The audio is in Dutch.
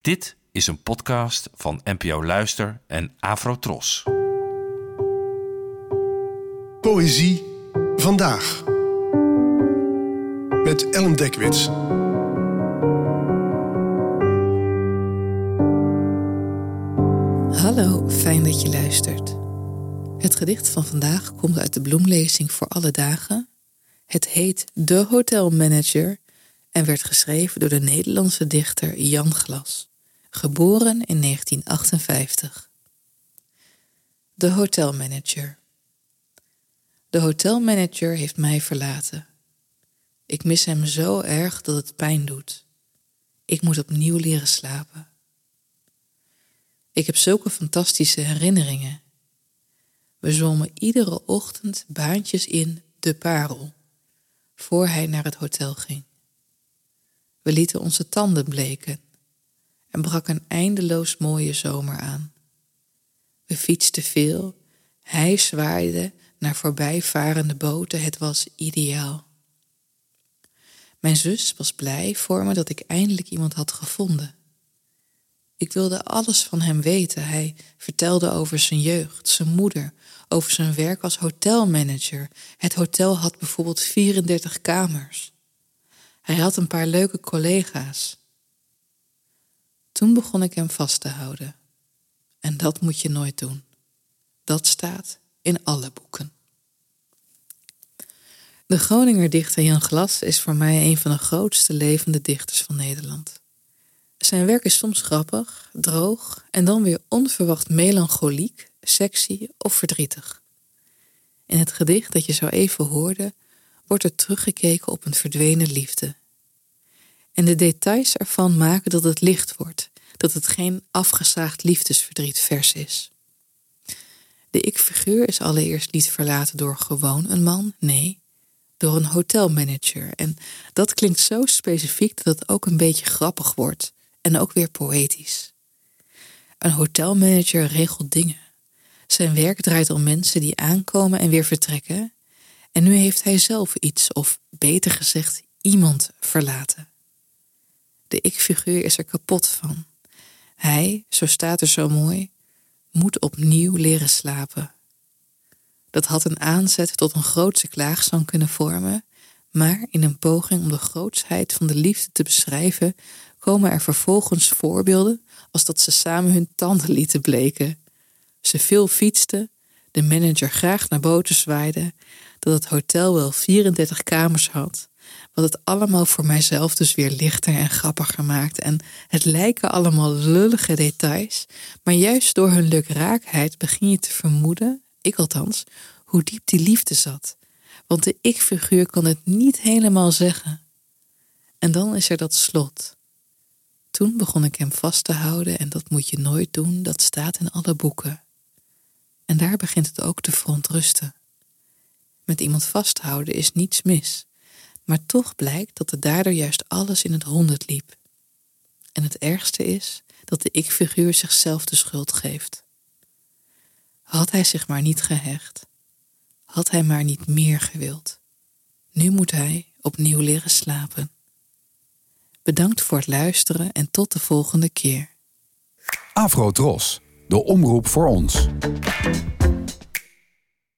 Dit is een podcast van NPO Luister en Afrotros. Poëzie vandaag. Met Ellen Dekwits. Hallo, fijn dat je luistert. Het gedicht van vandaag komt uit de bloemlezing voor alle dagen. Het heet De Hotelmanager en werd geschreven door de Nederlandse dichter Jan Glas, geboren in 1958. De Hotelmanager. De hotelmanager heeft mij verlaten. Ik mis hem zo erg dat het pijn doet. Ik moet opnieuw leren slapen. Ik heb zulke fantastische herinneringen. We zwommen iedere ochtend baantjes in De Parel, voor hij naar het hotel ging. We lieten onze tanden bleken en brak een eindeloos mooie zomer aan. We fietsten veel, hij zwaaide naar voorbijvarende boten, het was ideaal. Mijn zus was blij voor me dat ik eindelijk iemand had gevonden. Ik wilde alles van hem weten. Hij vertelde over zijn jeugd, zijn moeder, over zijn werk als hotelmanager. Het hotel had bijvoorbeeld 34 kamers. Hij had een paar leuke collega's. Toen begon ik hem vast te houden. En dat moet je nooit doen. Dat staat in alle boeken. De Groninger dichter Jan Glas is voor mij een van de grootste levende dichters van Nederland. Zijn werk is soms grappig, droog en dan weer onverwacht melancholiek, sexy of verdrietig. In het gedicht dat je zo even hoorde, wordt er teruggekeken op een verdwenen liefde. En de details ervan maken dat het licht wordt, dat het geen afgezaagd liefdesverdrietvers is. De ik-figuur is allereerst niet verlaten door gewoon een man, nee, door een hotelmanager. En dat klinkt zo specifiek dat het ook een beetje grappig wordt. En ook weer poëtisch. Een hotelmanager regelt dingen. Zijn werk draait om mensen die aankomen en weer vertrekken. En nu heeft hij zelf iets, of beter gezegd, iemand verlaten. De ik-figuur is er kapot van. Hij, zo staat er zo mooi, moet opnieuw leren slapen. Dat had een aanzet tot een grootse klaagzang kunnen vormen, maar in een poging om de grootsheid van de liefde te beschrijven, komen er vervolgens voorbeelden als dat ze samen hun tanden lieten bleken. Ze veel fietsten, de manager graag naar boten zwaaide, dat het hotel wel 34 kamers had, wat het allemaal voor mijzelf dus weer lichter en grappiger maakt. En het lijken allemaal lullige details, maar juist door hun lukraaksheid begin je te vermoeden, ik althans, hoe diep die liefde zat. Want de ik-figuur kan het niet helemaal zeggen. En dan is er dat slot. Toen begon ik hem vast te houden en dat moet je nooit doen, dat staat in alle boeken. En daar begint het ook te verontrusten. Met iemand vasthouden is niets mis, maar toch blijkt dat er daardoor juist alles in het honderd liep. En het ergste is dat de ik-figuur zichzelf de schuld geeft. Had hij zich maar niet gehecht, had hij maar niet meer gewild. Nu moet hij opnieuw leren slapen. Bedankt voor het luisteren en tot de volgende keer. Afrotros, de omroep voor ons.